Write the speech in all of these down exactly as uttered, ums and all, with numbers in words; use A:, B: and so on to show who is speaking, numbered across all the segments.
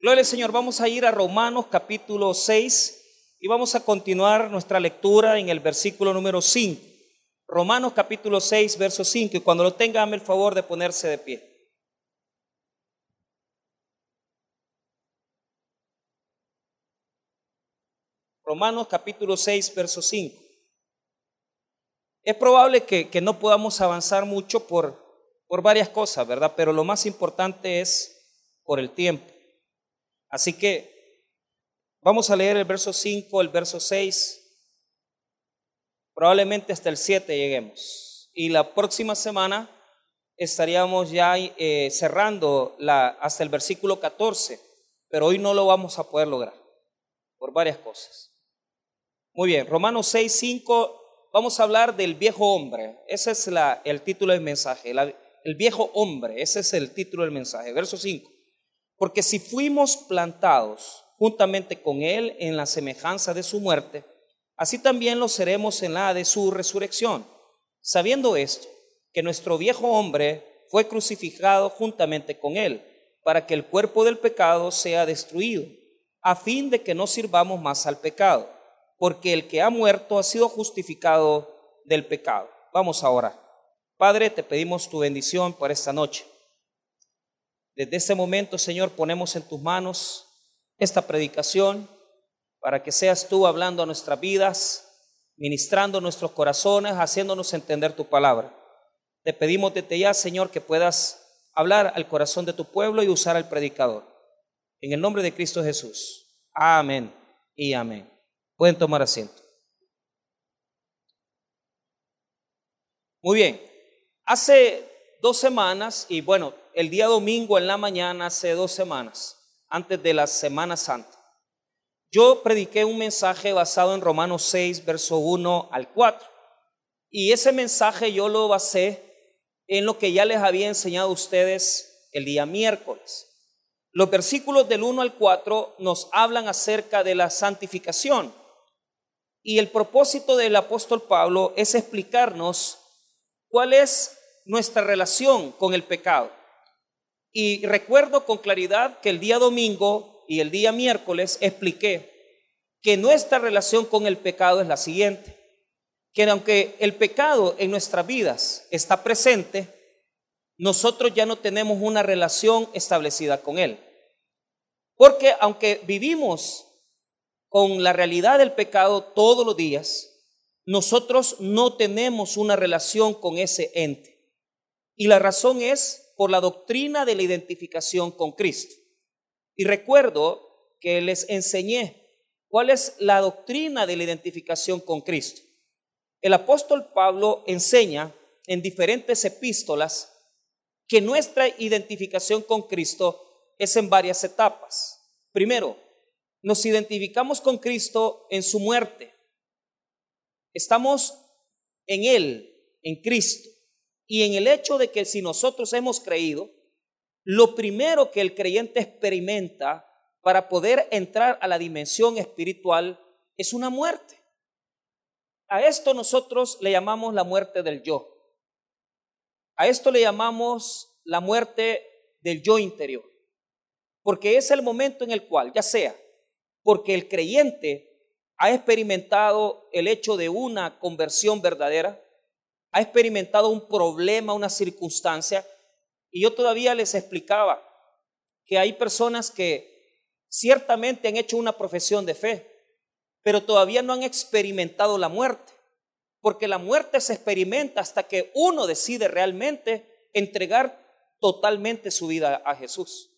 A: Gloria al Señor. Vamos a ir a Romanos capítulo seis y vamos a continuar nuestra lectura en el versículo número cinco. Romanos capítulo seis, verso cinco. Y cuando lo tenga, dame el favor de ponerse de pie. Romanos capítulo seis, verso cinco. Es probable que, que no podamos avanzar mucho por, por varias cosas, ¿verdad? Pero lo más importante es por el tiempo. Así que vamos a leer el verso cinco, el verso seis, probablemente hasta el siete lleguemos. Y la próxima semana estaríamos ya eh, cerrando la, hasta el versículo catorce, pero hoy no lo vamos a poder lograr por varias cosas. Muy bien, Romanos seis, cinco, vamos a hablar del viejo hombre. Ese es la, el título del mensaje, la, el viejo hombre, ese es el título del mensaje. Verso cinco. Porque si fuimos plantados juntamente con Él en la semejanza de su muerte, así también lo seremos en la de su resurrección, sabiendo esto, que nuestro viejo hombre fue crucificado juntamente con Él, para que el cuerpo del pecado sea destruido, a fin de que no sirvamos más al pecado, porque el que ha muerto ha sido justificado del pecado. Vamos a orar. Padre, te pedimos tu bendición para esta noche. Desde este momento, Señor, ponemos en tus manos esta predicación para que seas tú hablando a nuestras vidas, ministrando nuestros corazones, haciéndonos entender tu palabra. Te pedimos desde ya, Señor, que puedas hablar al corazón de tu pueblo y usar al predicador. En el nombre de Cristo Jesús. Amén y amén. Pueden tomar asiento. Muy bien. Hace dos semanas, y bueno, el día domingo en la mañana, hace dos semanas, antes de la Semana Santa, yo prediqué un mensaje basado en Romanos seis, verso uno al cuatro. Y ese mensaje yo lo basé en lo que ya les había enseñado a ustedes el día miércoles. Los versículos del uno al cuatro nos hablan acerca de la santificación. Y el propósito del apóstol Pablo es explicarnos cuál es nuestra relación con el pecado. Y recuerdo con claridad que el día domingo y el día miércoles expliqué que nuestra relación con el pecado es la siguiente: que aunque el pecado en nuestras vidas está presente, nosotros ya no tenemos una relación establecida con él. Porque aunque vivimos con la realidad del pecado todos los días, nosotros no tenemos una relación con ese ente. Y la razón es por la doctrina de la identificación con Cristo. Y recuerdo que les enseñé cuál es la doctrina de la identificación con Cristo. El apóstol Pablo enseña en diferentes epístolas que nuestra identificación con Cristo es en varias etapas. Primero, nos identificamos con Cristo en su muerte. Estamos en Él, en Cristo. Y en el hecho de que si nosotros hemos creído, lo primero que el creyente experimenta para poder entrar a la dimensión espiritual es una muerte. A esto nosotros le llamamos la muerte del yo. A esto le llamamos la muerte del yo interior. Porque es el momento en el cual, ya sea porque el creyente ha experimentado el hecho de una conversión verdadera, ha experimentado un problema, una circunstancia, y yo todavía les explicaba que hay personas que ciertamente han hecho una profesión de fe, pero todavía no han experimentado la muerte, porque la muerte se experimenta hasta que uno decide realmente entregar totalmente su vida a Jesús.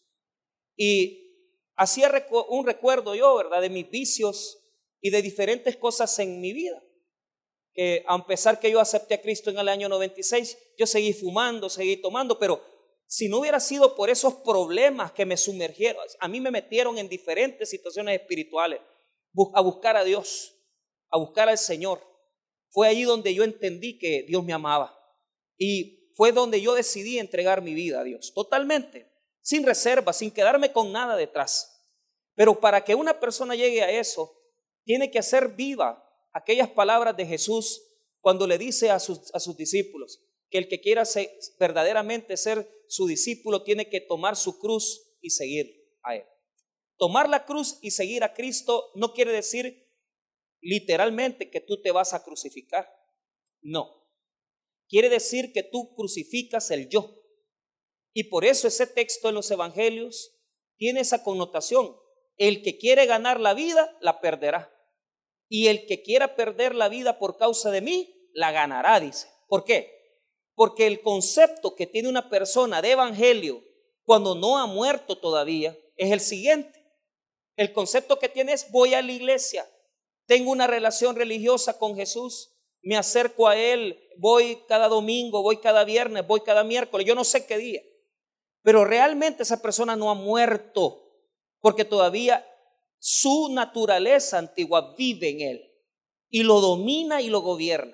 A: Y hacía un recuerdo yo, ¿verdad?, de mis vicios y de diferentes cosas en mi vida. Que a pesar que yo acepté a Cristo en el año noventa y seis, yo seguí fumando, seguí tomando, pero si no hubiera sido por esos problemas que me sumergieron, a mí me metieron en diferentes situaciones espirituales, a buscar a Dios, a buscar al Señor. Fue allí donde yo entendí que Dios me amaba y fue donde yo decidí entregar mi vida a Dios, totalmente, sin reserva, sin quedarme con nada detrás. Pero para que una persona llegue a eso, tiene que hacer viva aquellas palabras de Jesús cuando le dice a sus, a sus discípulos que el que quiera ser, verdaderamente ser su discípulo tiene que tomar su cruz y seguir a él. Tomar la cruz y seguir a Cristo no quiere decir literalmente que tú te vas a crucificar. No. Quiere decir que tú crucificas el yo. Y por eso ese texto en los evangelios tiene esa connotación. El que quiere ganar la vida, la perderá. Y el que quiera perder la vida por causa de mí, la ganará, dice. ¿Por qué? Porque el concepto que tiene una persona de evangelio cuando no ha muerto todavía es el siguiente. El concepto que tiene es: voy a la iglesia, tengo una relación religiosa con Jesús, me acerco a Él, voy cada domingo, voy cada viernes, voy cada miércoles, yo no sé qué día. Pero realmente esa persona no ha muerto, porque todavía su naturaleza antigua vive en él y lo domina y lo gobierna.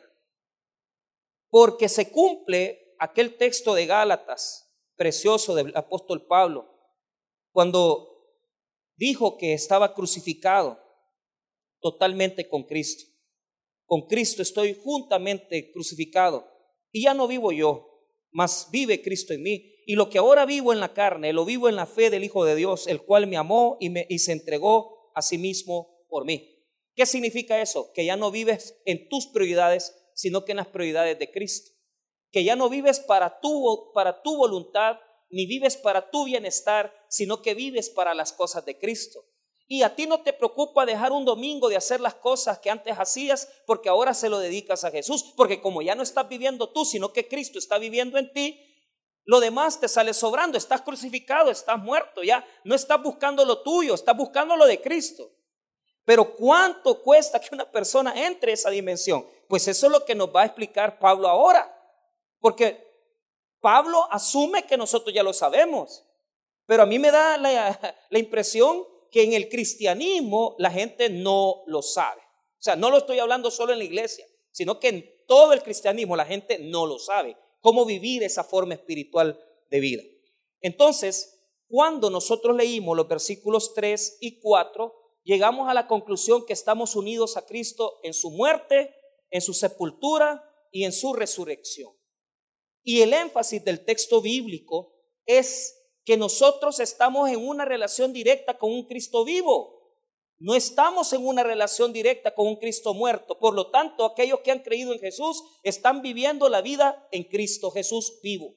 A: Porque se cumple aquel texto de Gálatas precioso del apóstol Pablo, cuando dijo que estaba crucificado totalmente con Cristo. Con Cristo estoy juntamente crucificado y ya no vivo yo, mas vive Cristo en mí. Y lo que ahora vivo en la carne, lo vivo en la fe del Hijo de Dios, el cual me amó y, me, y se entregó a sí mismo por mí. ¿Qué significa eso? Que ya no vives en tus prioridades, sino que en las prioridades de Cristo. Que ya no vives para tu, para tu voluntad, ni vives para tu bienestar, sino que vives para las cosas de Cristo. Y a ti no te preocupa dejar un domingo de hacer las cosas que antes hacías, porque ahora se lo dedicas a Jesús. Porque como ya no estás viviendo tú, sino que Cristo está viviendo en ti, lo demás te sale sobrando. Estás crucificado, estás muerto, ya no estás buscando lo tuyo, estás buscando lo de Cristo. Pero ¿cuánto cuesta que una persona entre a esa dimensión? Pues eso es lo que nos va a explicar Pablo ahora. Porque Pablo asume que nosotros ya lo sabemos. Pero a mí me da la, la impresión que en el cristianismo la gente no lo sabe. O sea, no lo estoy hablando solo en la iglesia, sino que en todo el cristianismo la gente no lo sabe. Cómo vivir esa forma espiritual de vida. Entonces, cuando nosotros leímos los versículos tres y cuatro, llegamos a la conclusión que estamos unidos a Cristo en su muerte, en su sepultura y en su resurrección. Y el énfasis del texto bíblico es que nosotros estamos en una relación directa con un Cristo vivo. No estamos en una relación directa con un Cristo muerto. Por lo tanto, aquellos que han creído en Jesús están viviendo la vida en Cristo Jesús vivo.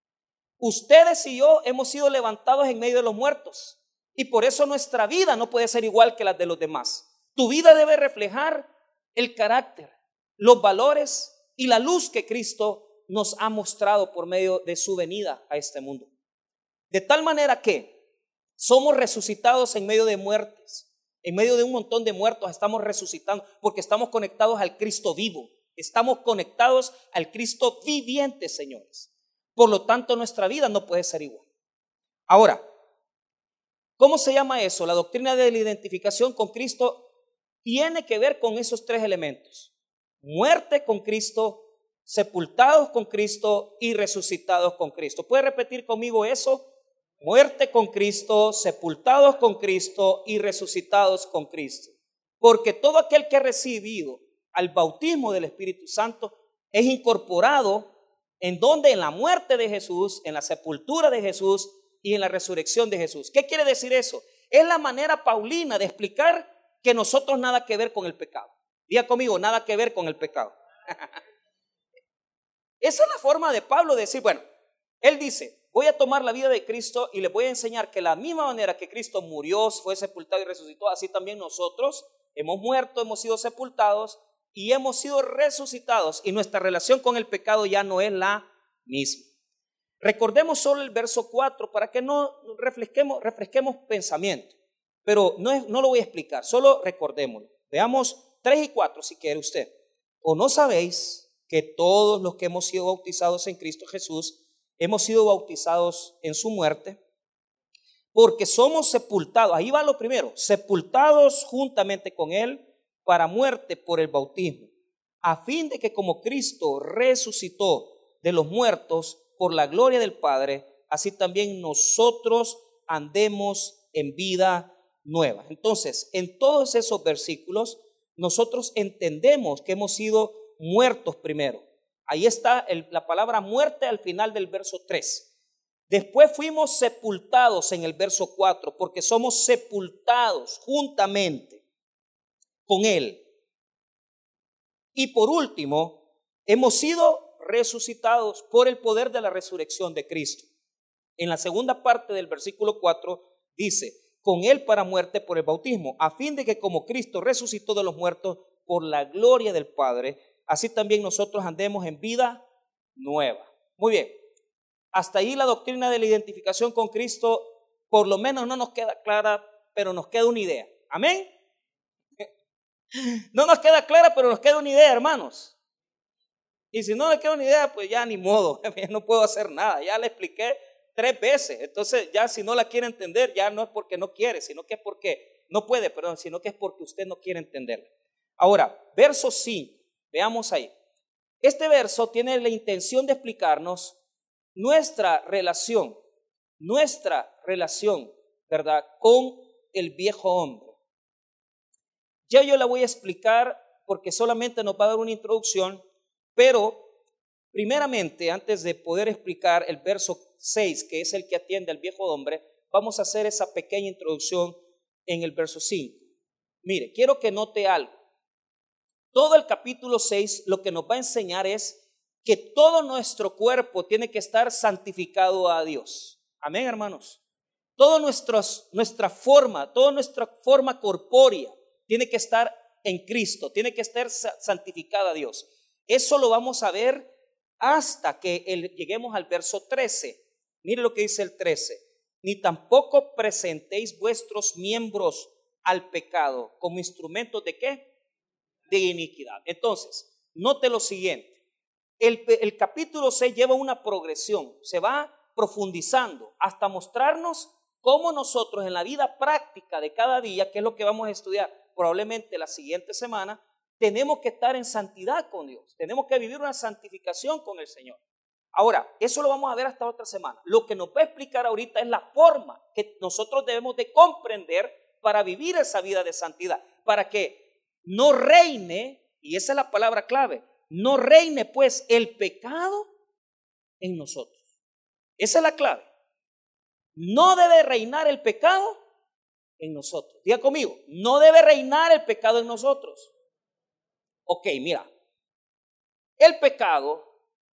A: Ustedes y yo hemos sido levantados en medio de los muertos. Y por eso nuestra vida no puede ser igual que las de los demás. Tu vida debe reflejar el carácter, los valores y la luz que Cristo nos ha mostrado por medio de su venida a este mundo. De tal manera que somos resucitados en medio de muertes. En medio de un montón de muertos estamos resucitando porque estamos conectados al Cristo vivo. Estamos conectados al Cristo viviente, señores. Por lo tanto, nuestra vida no puede ser igual. Ahora, ¿cómo se llama eso? La doctrina de la identificación con Cristo tiene que ver con esos tres elementos: muerte con Cristo, sepultados con Cristo y resucitados con Cristo. ¿Puede repetir conmigo eso? Muerte con Cristo, sepultados con Cristo y resucitados con Cristo. Porque todo aquel que ha recibido al bautismo del Espíritu Santo es incorporado en donde, en la muerte de Jesús, en la sepultura de Jesús y en la resurrección de Jesús. ¿Qué quiere decir eso? Es la manera paulina de explicar que nosotros nada que ver con el pecado. Diga conmigo, nada que ver con el pecado. Esa es la forma de Pablo de decir, bueno, él dice: voy a tomar la vida de Cristo y les voy a enseñar que la misma manera que Cristo murió, fue sepultado y resucitó, así también nosotros hemos muerto, hemos sido sepultados y hemos sido resucitados, y nuestra relación con el pecado ya no es la misma. Recordemos solo el verso cuatro para que no refresquemos, refresquemos pensamiento, pero no, es, no lo voy a explicar, solo recordémoslo. Veamos tres y cuatro si quiere usted. ¿O no sabéis que todos los que hemos sido bautizados en Cristo Jesús hemos sido bautizados en su muerte? Porque somos sepultados, ahí va lo primero, sepultados juntamente con Él para muerte por el bautismo, a fin de que como Cristo resucitó de los muertos por la gloria del Padre, así también nosotros andemos en vida nueva. Entonces, en todos esos versículos, nosotros entendemos que hemos sido muertos primero. Ahí está el, la palabra muerte al final del verso tres. Después fuimos sepultados en el verso cuatro, porque somos sepultados juntamente con Él. Y por último, hemos sido resucitados por el poder de la resurrección de Cristo. En la segunda parte del versículo cuatro dice, con Él para muerte por el bautismo, a fin de que como Cristo resucitó de los muertos por la gloria del Padre, así también nosotros andemos en vida nueva. Muy bien, hasta ahí la doctrina de la identificación con Cristo, por lo menos no nos queda clara, pero nos queda una idea. ¿Amén? No nos queda clara, pero nos queda una idea, hermanos. Y si no me queda una idea, pues ya ni modo, no puedo hacer nada. Ya le expliqué tres veces. Entonces ya si no la quiere entender, ya no es porque no quiere, sino que es porque no puede, perdón, sino que es porque usted no quiere entenderla. Ahora, verso cinco, veamos ahí. Este verso tiene la intención de explicarnos nuestra relación, nuestra relación, ¿verdad?, con el viejo hombre. Ya yo la voy a explicar porque solamente nos va a dar una introducción, pero primeramente, antes de poder explicar el verso seis, que es el que atiende al viejo hombre, vamos a hacer esa pequeña introducción en el verso cinco. Mire, quiero que note algo. Todo el capítulo seis lo que nos va a enseñar es que todo nuestro cuerpo tiene que estar santificado a Dios. Amén, hermanos. Toda nuestra forma, toda nuestra forma corpórea tiene que estar en Cristo, tiene que estar santificada a Dios. Eso lo vamos a ver hasta que el, lleguemos al verso trece. Mire lo que dice el trece. Ni tampoco presentéis vuestros miembros al pecado como instrumentos de ¿qué? De iniquidad. Entonces, note lo siguiente. El, el capítulo seis lleva una progresión, se va profundizando hasta mostrarnos cómo nosotros en la vida práctica de cada día, que es lo que vamos a estudiar probablemente la siguiente semana, tenemos que estar en santidad con Dios, tenemos que vivir una santificación con el Señor. Ahora, eso lo vamos a ver hasta otra semana. Lo que nos va a explicar ahorita es la forma que nosotros debemos de comprender para vivir esa vida de santidad, para que no reine, y esa es la palabra clave, no reine pues el pecado en nosotros. Esa es la clave. No debe reinar el pecado en nosotros. Diga conmigo, no debe reinar el pecado en nosotros. Ok, mira, el pecado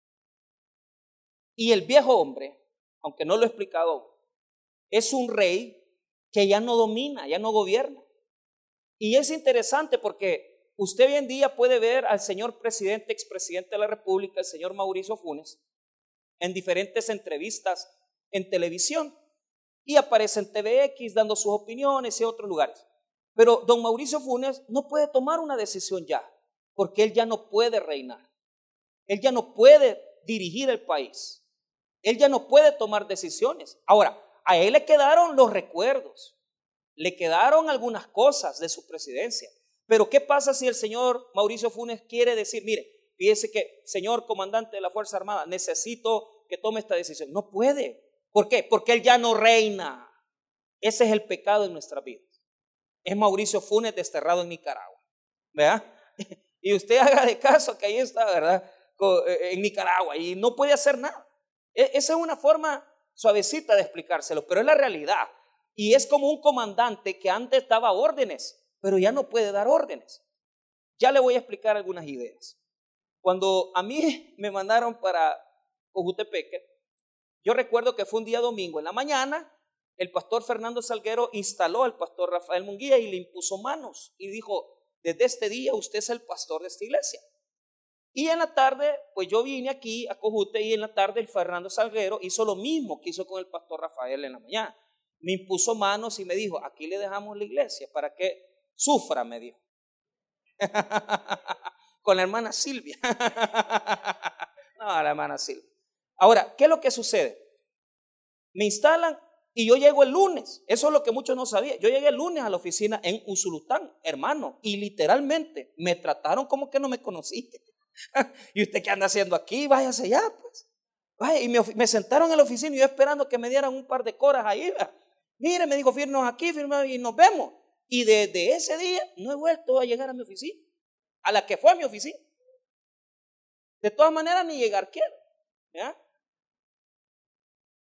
A: y el viejo hombre, aunque no lo he explicado aún, es un rey que ya no domina, ya no gobierna. Y es interesante porque usted hoy en día puede ver al señor presidente, expresidente de la República, el señor Mauricio Funes, en diferentes entrevistas en televisión y aparece en T V X dando sus opiniones y otros lugares. Pero don Mauricio Funes no puede tomar una decisión ya, porque él ya no puede reinar. Él ya no puede dirigir el país. Él ya no puede tomar decisiones. Ahora, a él le quedaron los recuerdos, le quedaron algunas cosas de su presidencia. Pero ¿qué pasa si el señor Mauricio Funes quiere decir, mire, fíjese que, señor comandante de la Fuerza Armada, necesito que tome esta decisión? No puede. ¿Por qué? Porque él ya no reina. Ese es el pecado en nuestra vida. Es Mauricio Funes desterrado en Nicaragua, ¿verdad? Y usted haga de caso que ahí está, ¿verdad? En Nicaragua y no puede hacer nada. Esa es una forma suavecita de explicárselo, pero es la realidad. Y es como un comandante que antes daba órdenes, pero ya no puede dar órdenes. Ya le voy a explicar algunas ideas. Cuando a mí me mandaron para Cojutepeque, yo recuerdo que fue un día domingo en la mañana, el pastor Fernando Salguero instaló al pastor Rafael Munguía y le impuso manos y dijo, desde este día usted es el pastor de esta iglesia. Y en la tarde, pues yo vine aquí a Cojute y en la tarde el Fernando Salguero hizo lo mismo que hizo con el pastor Rafael en la mañana. Me impuso manos y me dijo, aquí le dejamos la iglesia para que sufra, me dijo. Con la hermana Silvia. No, la hermana Silvia. Ahora, ¿qué es lo que sucede? Me instalan y yo llego el lunes. Eso es lo que muchos no sabían. Yo llegué el lunes a la oficina en Usulután, hermano, y literalmente me trataron como que no me conocían. ¿Y usted qué anda haciendo aquí? Váyase ya, pues. Vaya, y me, me sentaron en la oficina y yo esperando que me dieran un par de coras ahí. ¿Verdad? Mire, me dijo, firnos aquí, firma y nos vemos. Y desde ese día no he vuelto a llegar a mi oficina, a la que fue a mi oficina. De todas maneras, ni llegar quiero. ¿Ya?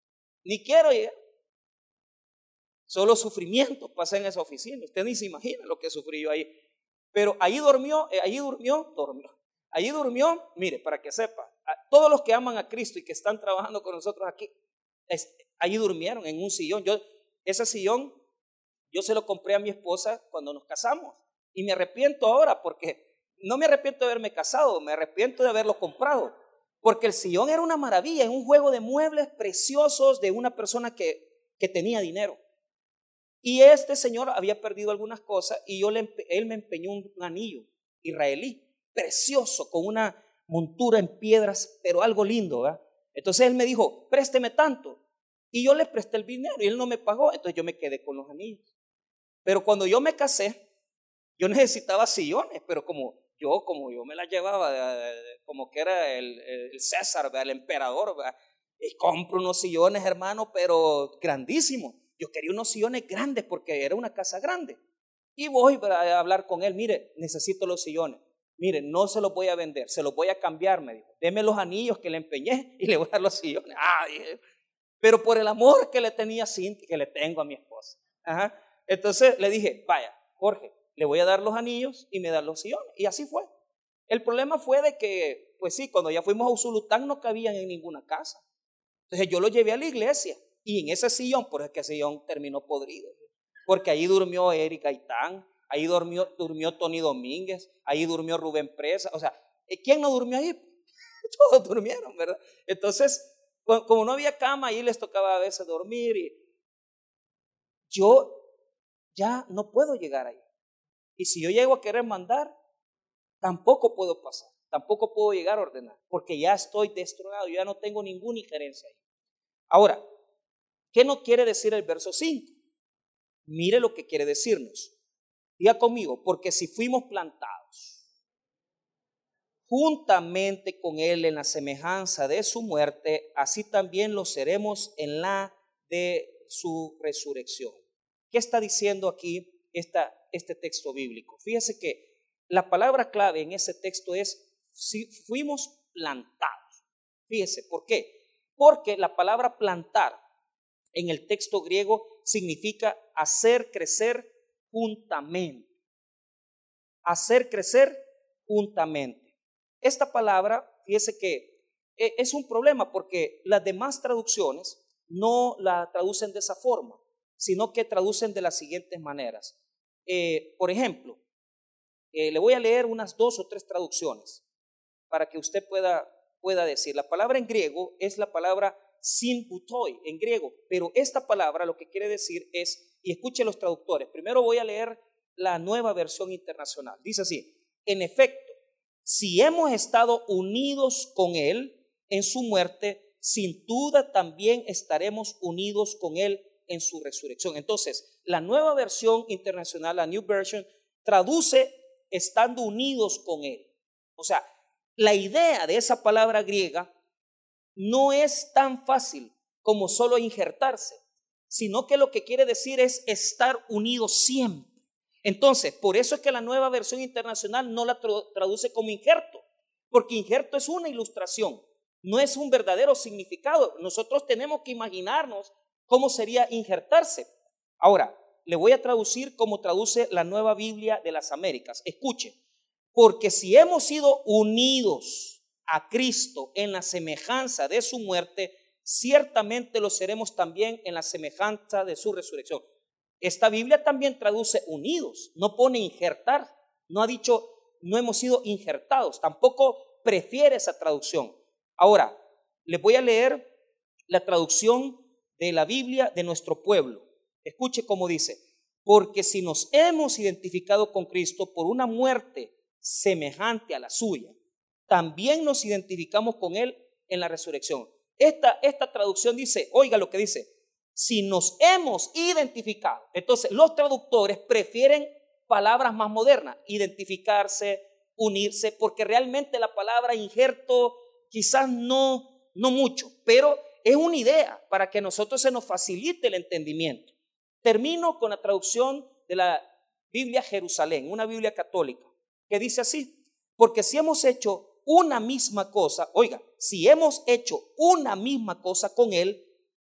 A: ni quiero llegar. Solo sufrimiento pasé en esa oficina. Usted ni se imagina lo que sufrí yo ahí. Pero ahí durmió, eh, ahí durmió, durmió. Allí durmió, mire, para que sepa, a todos los que aman a Cristo y que están trabajando con nosotros aquí, es, allí durmieron en un sillón. Yo, ese sillón, yo se lo compré a mi esposa cuando nos casamos. Y me arrepiento ahora porque, no me arrepiento de haberme casado, me arrepiento de haberlo comprado. Porque el sillón era una maravilla, es un juego de muebles preciosos de una persona que, que tenía dinero. Y este señor había perdido algunas cosas y yo le, él me empeñó un, un anillo israelí, precioso, con una montura en piedras, pero algo lindo, ¿verdad? Entonces él me dijo, présteme tanto. Y yo le presté el dinero y él no me pagó, entonces yo me quedé con los anillos. Pero cuando yo me casé, yo necesitaba sillones, pero como yo, como yo me la llevaba, como que era el, el César, ¿verdad? El emperador, ¿verdad? Y compro unos sillones, hermano, pero grandísimos. Yo quería unos sillones grandes porque era una casa grande. Y voy a hablar con él, mire, necesito los sillones. Mire, no se los voy a vender, se los voy a cambiar, me dijo. Deme los anillos que le empeñé y le voy a dar los sillones. Ah, dije, pero por el amor que le tenía a Cintia, que le tengo a mi esposa. Ajá. Entonces le dije, vaya, Jorge, le voy a dar los anillos y me dan los sillones. Y así fue. El problema fue de que, pues sí, cuando ya fuimos a Usulután no cabían en ninguna casa. Entonces yo lo llevé a la iglesia y en ese sillón, por eso es que ese sillón terminó podrido. Porque ahí durmió Eric Gaitán, ahí durmió, durmió Tony Domínguez, ahí durmió Rubén Presa. O sea, ¿quién no durmió ahí? Todos durmieron, ¿verdad? Entonces, como no había cama, ahí les tocaba a veces dormir. Y yo ya no puedo llegar ahí. Y si yo llego a querer mandar, tampoco puedo pasar, tampoco puedo llegar a ordenar, porque ya estoy destronado, yo ya no tengo ninguna injerencia ahí. Ahora, ¿qué nos quiere decir el verso cinco? Mire lo que quiere decirnos. Diga conmigo, porque si fuimos plantados juntamente con Él en la semejanza de su muerte, así también lo seremos en la de su resurrección. ¿Qué está diciendo aquí esta, este texto bíblico? Fíjese que la palabra clave en ese texto es si fuimos plantados. Fíjese, ¿por qué? Porque la palabra plantar en el texto griego significa hacer crecer juntamente. Hacer crecer juntamente. Esta palabra, fíjese que es un problema porque las demás traducciones no la traducen de esa forma, sino que traducen de las siguientes maneras. Eh, por ejemplo, eh, le voy a leer unas dos o tres traducciones para que usted pueda, pueda decir. La palabra en griego es la palabra symbutoi en griego, pero esta palabra lo que quiere decir es, y escuche los traductores, primero voy a leer la Nueva Versión Internacional. Dice así: en efecto, si hemos estado unidos con Él en su muerte, sin duda también estaremos unidos con Él en su resurrección. Entonces, la Nueva Versión Internacional, la New Version, traduce estando unidos con Él. O sea, la idea de esa palabra griega no es tan fácil como solo injertarse, sino que lo que quiere decir es estar unidos siempre. Entonces, por eso es que la Nueva Versión Internacional no la traduce como injerto, porque injerto es una ilustración, no es un verdadero significado. Nosotros tenemos que imaginarnos cómo sería injertarse. Ahora, le voy a traducir como traduce la Nueva Biblia de las Américas. Escuche, porque si hemos sido unidos a Cristo en la semejanza de su muerte, ciertamente lo seremos también en la semejanza de su resurrección. Esta Biblia también traduce unidos, no pone injertar, no ha dicho no hemos sido injertados, tampoco prefiere esa traducción. Ahora, les voy a leer la traducción de la Biblia de nuestro pueblo. Escuche cómo dice: porque si nos hemos identificado con Cristo por una muerte semejante a la suya, también nos identificamos con Él en la resurrección. Esta, esta traducción dice, oiga lo que dice, si nos hemos identificado. Entonces los traductores prefieren palabras más modernas, identificarse, unirse, porque realmente la palabra injerto quizás no, no mucho, pero es una idea para que a nosotros se nos facilite el entendimiento. Termino con la traducción de la Biblia Jerusalén, una Biblia católica, que dice así: porque si hemos hecho una misma cosa, oiga, si hemos hecho una misma cosa con Él,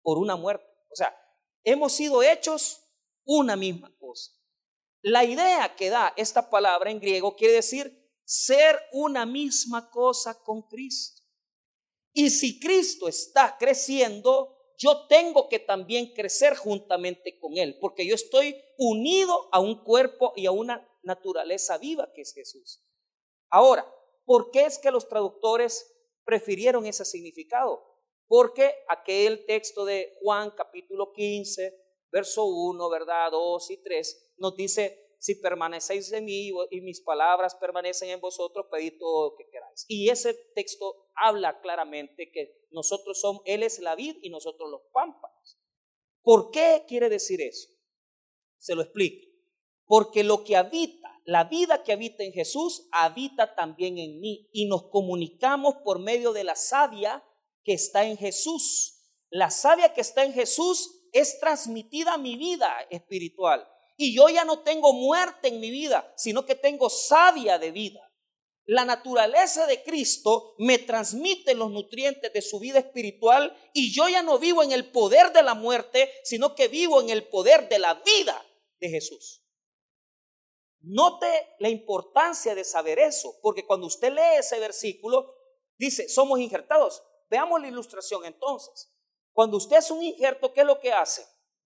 A: por una muerte. O sea, hemos sido hechos una misma cosa. La idea que da esta palabra en griego quiere decir ser una misma cosa con Cristo. Y si Cristo está creciendo, yo tengo que también crecer juntamente con Él, porque yo estoy unido a un cuerpo y a una naturaleza viva que es Jesús. Ahora, ¿por qué es que los traductores prefirieron ese significado? Porque aquel texto de Juan capítulo quince, verso uno, ¿verdad? dos y tres, nos dice: si permanecéis en mí y mis palabras permanecen en vosotros, pedid todo lo que queráis. Y ese texto habla claramente que nosotros somos, Él es la vid y nosotros los pámpanos. ¿Por qué quiere decir eso? Se lo explico. Porque lo que habita, la vida que habita en Jesús, habita también en mí. Y nos comunicamos por medio de la savia que está en Jesús. La savia que está en Jesús es transmitida a mi vida espiritual. Y yo ya no tengo muerte en mi vida, sino que tengo savia de vida. La naturaleza de Cristo me transmite los nutrientes de su vida espiritual y yo ya no vivo en el poder de la muerte, sino que vivo en el poder de la vida de Jesús. Note la importancia de saber eso, porque cuando usted lee ese versículo, dice, somos injertados. Veamos la ilustración entonces. Cuando usted hace un injerto, ¿qué es lo que hace?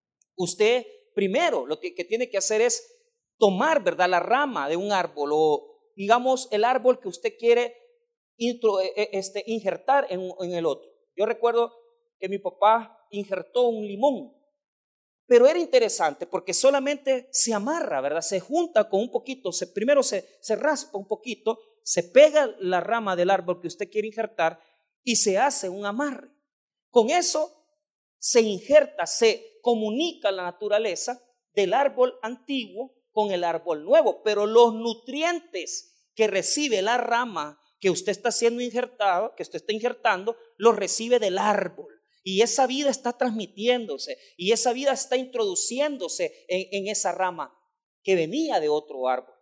A: Usted primero lo que, que tiene que hacer es tomar, ¿verdad?, la rama de un árbol o digamos el árbol que usted quiere intro, este, injertar en, en el otro. Yo recuerdo que mi papá injertó un limón, pero era interesante porque solamente se amarra, ¿verdad? Se junta con un poquito, se, primero se, se raspa un poquito, se pega la rama del árbol que usted quiere injertar y se hace un amarre. Con eso se injerta, se comunica la naturaleza del árbol antiguo con el árbol nuevo, pero los nutrientes que recibe la rama que usted está siendo injertado, que usted está injertando, los recibe del árbol. Y esa vida está transmitiéndose y esa vida está introduciéndose en, en esa rama que venía de otro árbol.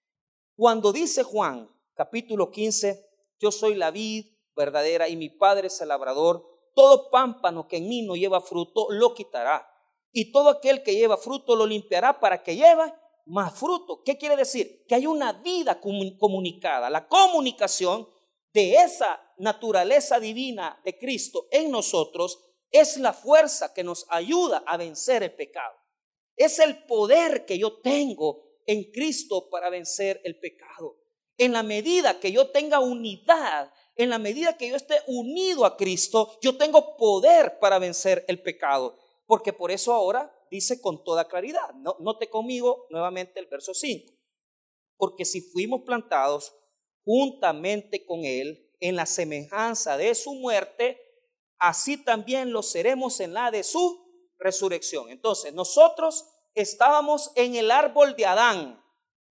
A: Cuando dice Juan, capítulo quince, yo soy la vid verdadera y mi Padre es el labrador, todo pámpano que en mí no lleva fruto lo quitará y todo aquel que lleva fruto lo limpiará para que lleve más fruto. ¿Qué quiere decir? Que hay una vida comunicada, la comunicación de esa naturaleza divina de Cristo en nosotros es la fuerza que nos ayuda a vencer el pecado. Es el poder que yo tengo en Cristo para vencer el pecado. En la medida que yo tenga unidad, en la medida que yo esté unido a Cristo, yo tengo poder para vencer el pecado. Porque por eso ahora dice con toda claridad, no, note conmigo nuevamente el verso cinco. Porque si fuimos plantados juntamente con Él en la semejanza de su muerte, así también lo seremos en la de su resurrección. Entonces, nosotros estábamos en el árbol de Adán,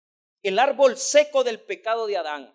A: el árbol seco del pecado de Adán.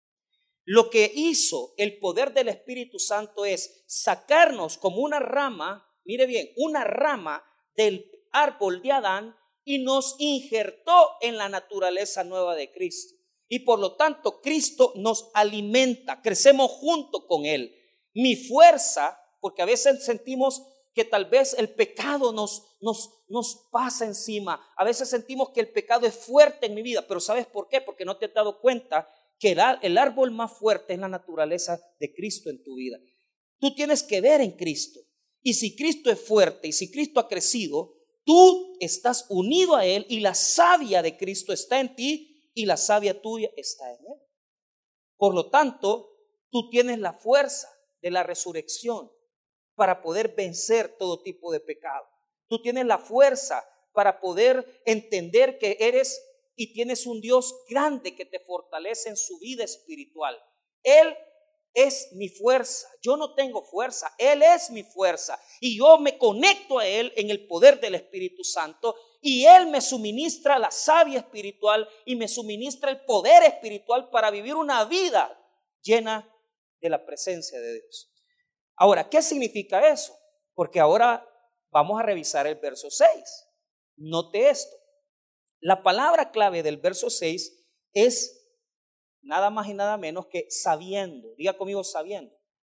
A: Lo que hizo el poder del Espíritu Santo es sacarnos como una rama, mire bien, una rama del árbol de Adán y nos injertó en la naturaleza nueva de Cristo. Y por lo tanto, Cristo nos alimenta, crecemos junto con Él. Mi fuerza, porque a veces sentimos que tal vez el pecado nos, nos, nos pasa encima. A veces sentimos que el pecado es fuerte en mi vida, pero ¿sabes por qué? Porque no te has dado cuenta que el, el árbol más fuerte es la naturaleza de Cristo en tu vida. Tú tienes que ver en Cristo. Y si Cristo es fuerte y si Cristo ha crecido, tú estás unido a Él y la savia de Cristo está en ti. Y la savia tuya está en Él. Por lo tanto, tú tienes la fuerza de la resurrección para poder vencer todo tipo de pecado. Tú tienes la fuerza para poder entender que eres y tienes un Dios grande que te fortalece en su vida espiritual. Él es mi fuerza. Yo no tengo fuerza. Él es mi fuerza. Y yo me conecto a Él en el poder del Espíritu Santo. Y Él me suministra la savia espiritual y me suministra el poder espiritual para vivir una vida llena de la presencia de Dios. Ahora, ¿qué significa eso? Porque ahora vamos a revisar el verso seis. Note esto. La palabra clave del verso seis es nada más y nada menos que sabiendo. Diga conmigo sabiendo.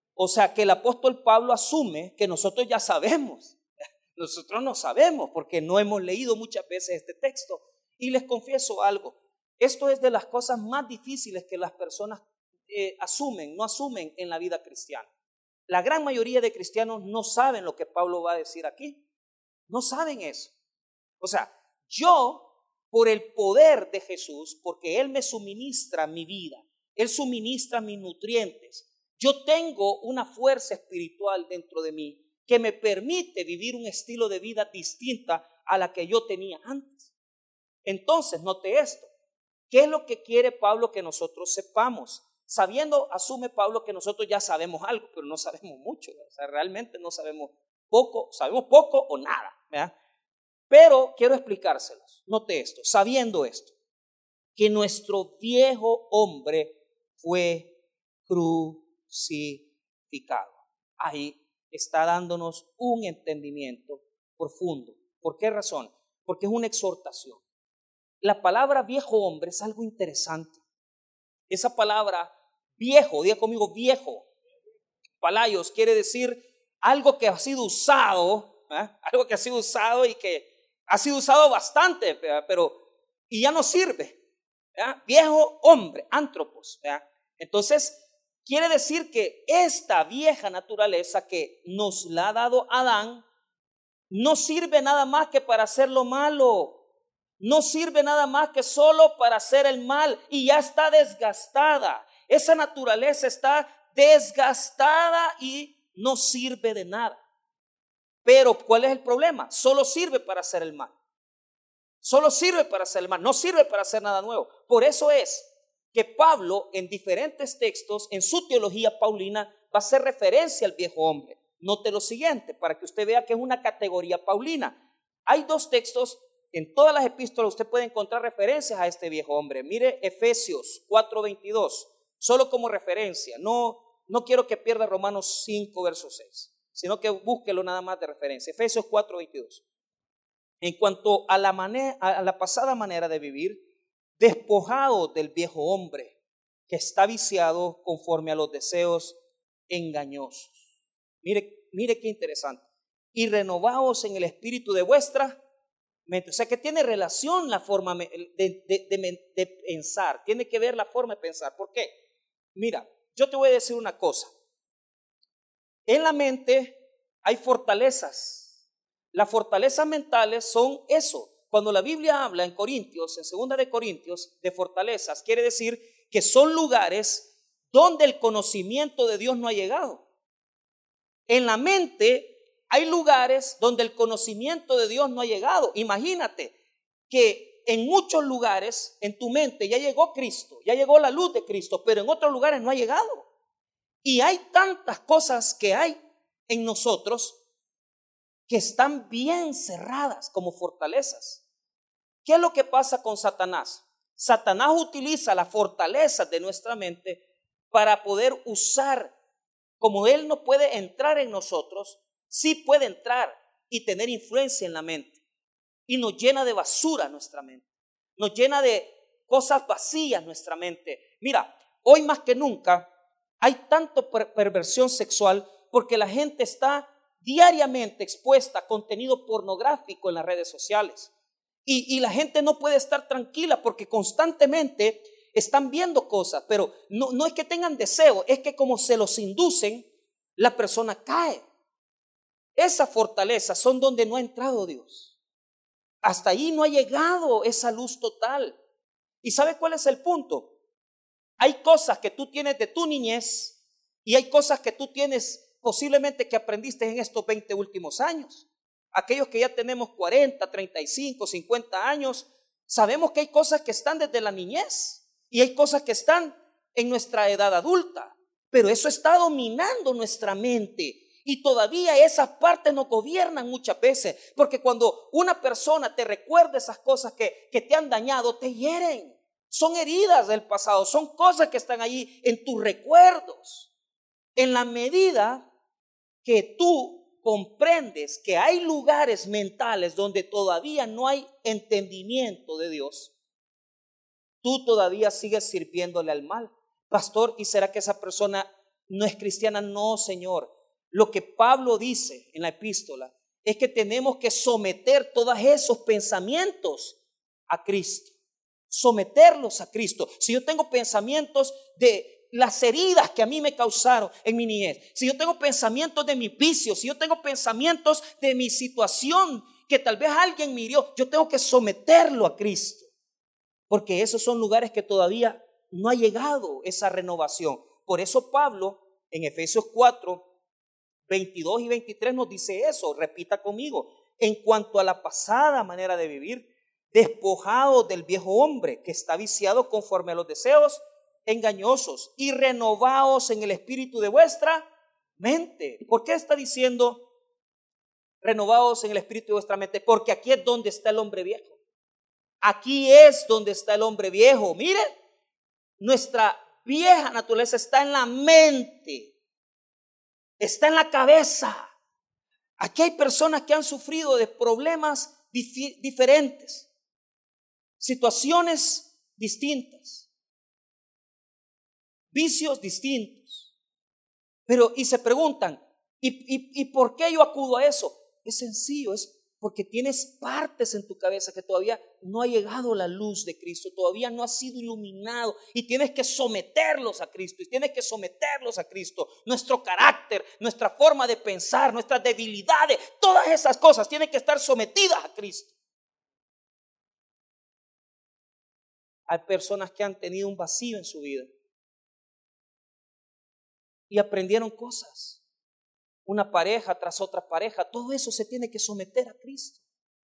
A: O sea que el apóstol Pablo asume que nosotros ya sabemos. Nosotros no sabemos porque no hemos leído muchas veces este texto. Y les confieso algo, esto es de las cosas más difíciles que las personas eh, asumen, no asumen en la vida cristiana. La gran mayoría de cristianos no saben lo que Pablo va a decir aquí. No saben eso. O sea, yo, por el poder de Jesús, porque Él me suministra mi vida, Él suministra mis nutrientes, yo tengo una fuerza espiritual dentro de mí que me permite vivir un estilo de vida distinta a la que yo tenía antes. Entonces, note esto. ¿Qué es lo que quiere Pablo que nosotros sepamos? Sabiendo, asume Pablo que nosotros ya sabemos algo, pero no sabemos mucho. O sea, realmente no sabemos poco, sabemos poco o nada, ¿verdad? Pero quiero explicárselos. Note esto, sabiendo esto, que nuestro viejo hombre fue crucificado. Ahí está dándonos un entendimiento profundo. ¿Por qué razón? Porque es una exhortación. La palabra viejo hombre es algo interesante. Esa palabra viejo, diga conmigo viejo, palaios, quiere decir algo que ha sido usado, ¿eh? algo que ha sido usado y que ha sido usado bastante, ¿verdad? Pero y ya no sirve, ¿verdad? Viejo hombre, antropos, ¿verdad? Entonces quiere decir que esta vieja naturaleza que nos la ha dado Adán no sirve nada más que para hacer lo malo. No sirve nada más que solo para hacer el mal y ya está desgastada. Esa naturaleza está desgastada y no sirve de nada. Pero ¿cuál es el problema? Solo sirve para hacer el mal. Solo sirve para hacer el mal, no sirve para hacer nada nuevo. Por eso es que Pablo en diferentes textos, en su teología paulina, va a hacer referencia al viejo hombre. Note lo siguiente, para que usted vea que es una categoría paulina. Hay dos textos. En todas las epístolas usted puede encontrar referencias a este viejo hombre. Mire Efesios cuatro veintidós, solo como referencia. No, no quiero que pierda Romanos cinco, verso seis, sino que búsquelo nada más de referencia. Efesios cuatro veintidós. En cuanto a la, manera, a la pasada manera de vivir, despojado del viejo hombre que está viciado conforme a los deseos engañosos. Mire, mire qué interesante. Y renovaos en el espíritu de vuestra mente. O sea que tiene relación la forma de, de, de, de pensar, tiene que ver la forma de pensar. ¿Por qué? Mira, yo te voy a decir una cosa. En la mente hay fortalezas. Las fortalezas mentales son eso. Cuando la Biblia habla en Corintios, en segunda de Corintios, de fortalezas, quiere decir que son lugares donde el conocimiento de Dios no ha llegado. En la mente hay lugares donde el conocimiento de Dios no ha llegado. Imagínate que en muchos lugares en tu mente ya llegó Cristo, ya llegó la luz de Cristo, pero en otros lugares no ha llegado. Y hay tantas cosas que hay en nosotros que están bien cerradas como fortalezas. ¿Qué es lo que pasa con Satanás? Satanás utiliza las fortalezas de nuestra mente para poder usar, como él no puede entrar en nosotros, sí puede entrar y tener influencia en la mente. Y nos llena de basura nuestra mente. Nos llena de cosas vacías nuestra mente. Mira, hoy más que nunca hay tanto per- perversión sexual porque la gente está diariamente expuesta a contenido pornográfico en las redes sociales. Y, y la gente no puede estar tranquila porque constantemente están viendo cosas, pero no, no es que tengan deseo, es que como se los inducen, la persona cae. Esas fortalezas son donde no ha entrado Dios. Hasta ahí no ha llegado esa luz total. ¿Y sabe cuál es el punto? Hay cosas que tú tienes de tu niñez y hay cosas que tú tienes posiblemente que aprendiste en estos veinte últimos años. Aquellos que ya tenemos cuarenta, treinta y cinco, cincuenta años, sabemos que hay cosas que están desde la niñez y hay cosas que están en nuestra edad adulta, pero eso está dominando nuestra mente. Y todavía esas partes nos gobiernan muchas veces, porque cuando una persona te recuerda esas cosas que, que te han dañado, te hieren. Son heridas del pasado, son cosas que están allí en tus recuerdos. En la medida que tú comprendes que hay lugares mentales donde todavía no hay entendimiento de Dios, tú todavía sigues sirviéndole al mal. Pastor, ¿y será que esa persona no es cristiana. No, Señor. Lo que Pablo dice en la epístola es que tenemos que someter todos esos pensamientos a Cristo. Someterlos a Cristo. Si yo tengo pensamientos de las heridas que a mí me causaron en mi niñez, si yo tengo pensamientos de mis vicios, si yo tengo pensamientos de mi situación que tal vez alguien me hirió, yo tengo que someterlo a Cristo, porque esos son lugares que todavía no ha llegado esa renovación. Por eso Pablo en Efesios cuatro, veintidós y veintitrés nos dice eso. Repita conmigo: en cuanto a la pasada manera de vivir, despojados del viejo hombre que está viciado conforme a los deseos engañosos, y renovaos en el espíritu de vuestra mente. ¿Por qué está diciendo renovaos en el espíritu de vuestra mente? Porque aquí es donde está el hombre viejo. Aquí es donde está el hombre viejo. Mire, nuestra vieja naturaleza está en la mente, está en la cabeza. Aquí hay personas que han sufrido de problemas dif- diferentes, situaciones distintas, vicios distintos, pero y se preguntan, ¿y, y, y por qué yo acudo a eso? Es sencillo, es porque tienes partes en tu cabeza que todavía no ha llegado la luz de Cristo, todavía no ha sido iluminado, y tienes que someterlos a Cristo, y tienes que someterlos a Cristo. Nuestro carácter, nuestra forma de pensar, nuestras debilidades, todas esas cosas tienen que estar sometidas a Cristo. Hay personas que han tenido un vacío en su vida y aprendieron cosas, una pareja tras otra pareja. Todo eso se tiene que someter a Cristo.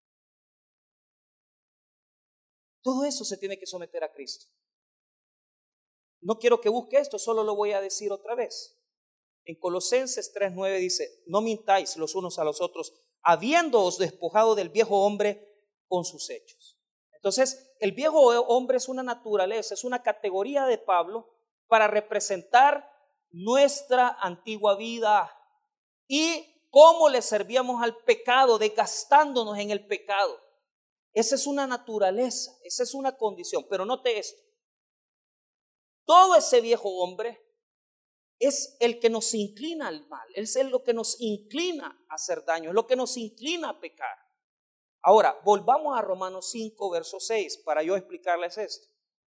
A: Todo eso se tiene que someter a Cristo. No quiero que busque esto, solo lo voy a decir otra vez. En Colosenses tres nueve dice: no mintáis los unos a los otros, habiéndoos despojado del viejo hombre con sus hechos. Entonces, el viejo hombre es una naturaleza, es una categoría de Pablo para representar nuestra antigua vida y cómo le servíamos al pecado, desgastándonos en el pecado. Esa es una naturaleza, esa es una condición. Pero note esto: todo ese viejo hombre es el que nos inclina al mal, es lo que nos inclina a hacer daño, es lo que nos inclina a pecar. Ahora, volvamos a Romanos cinco, verso seis, para yo explicarles esto.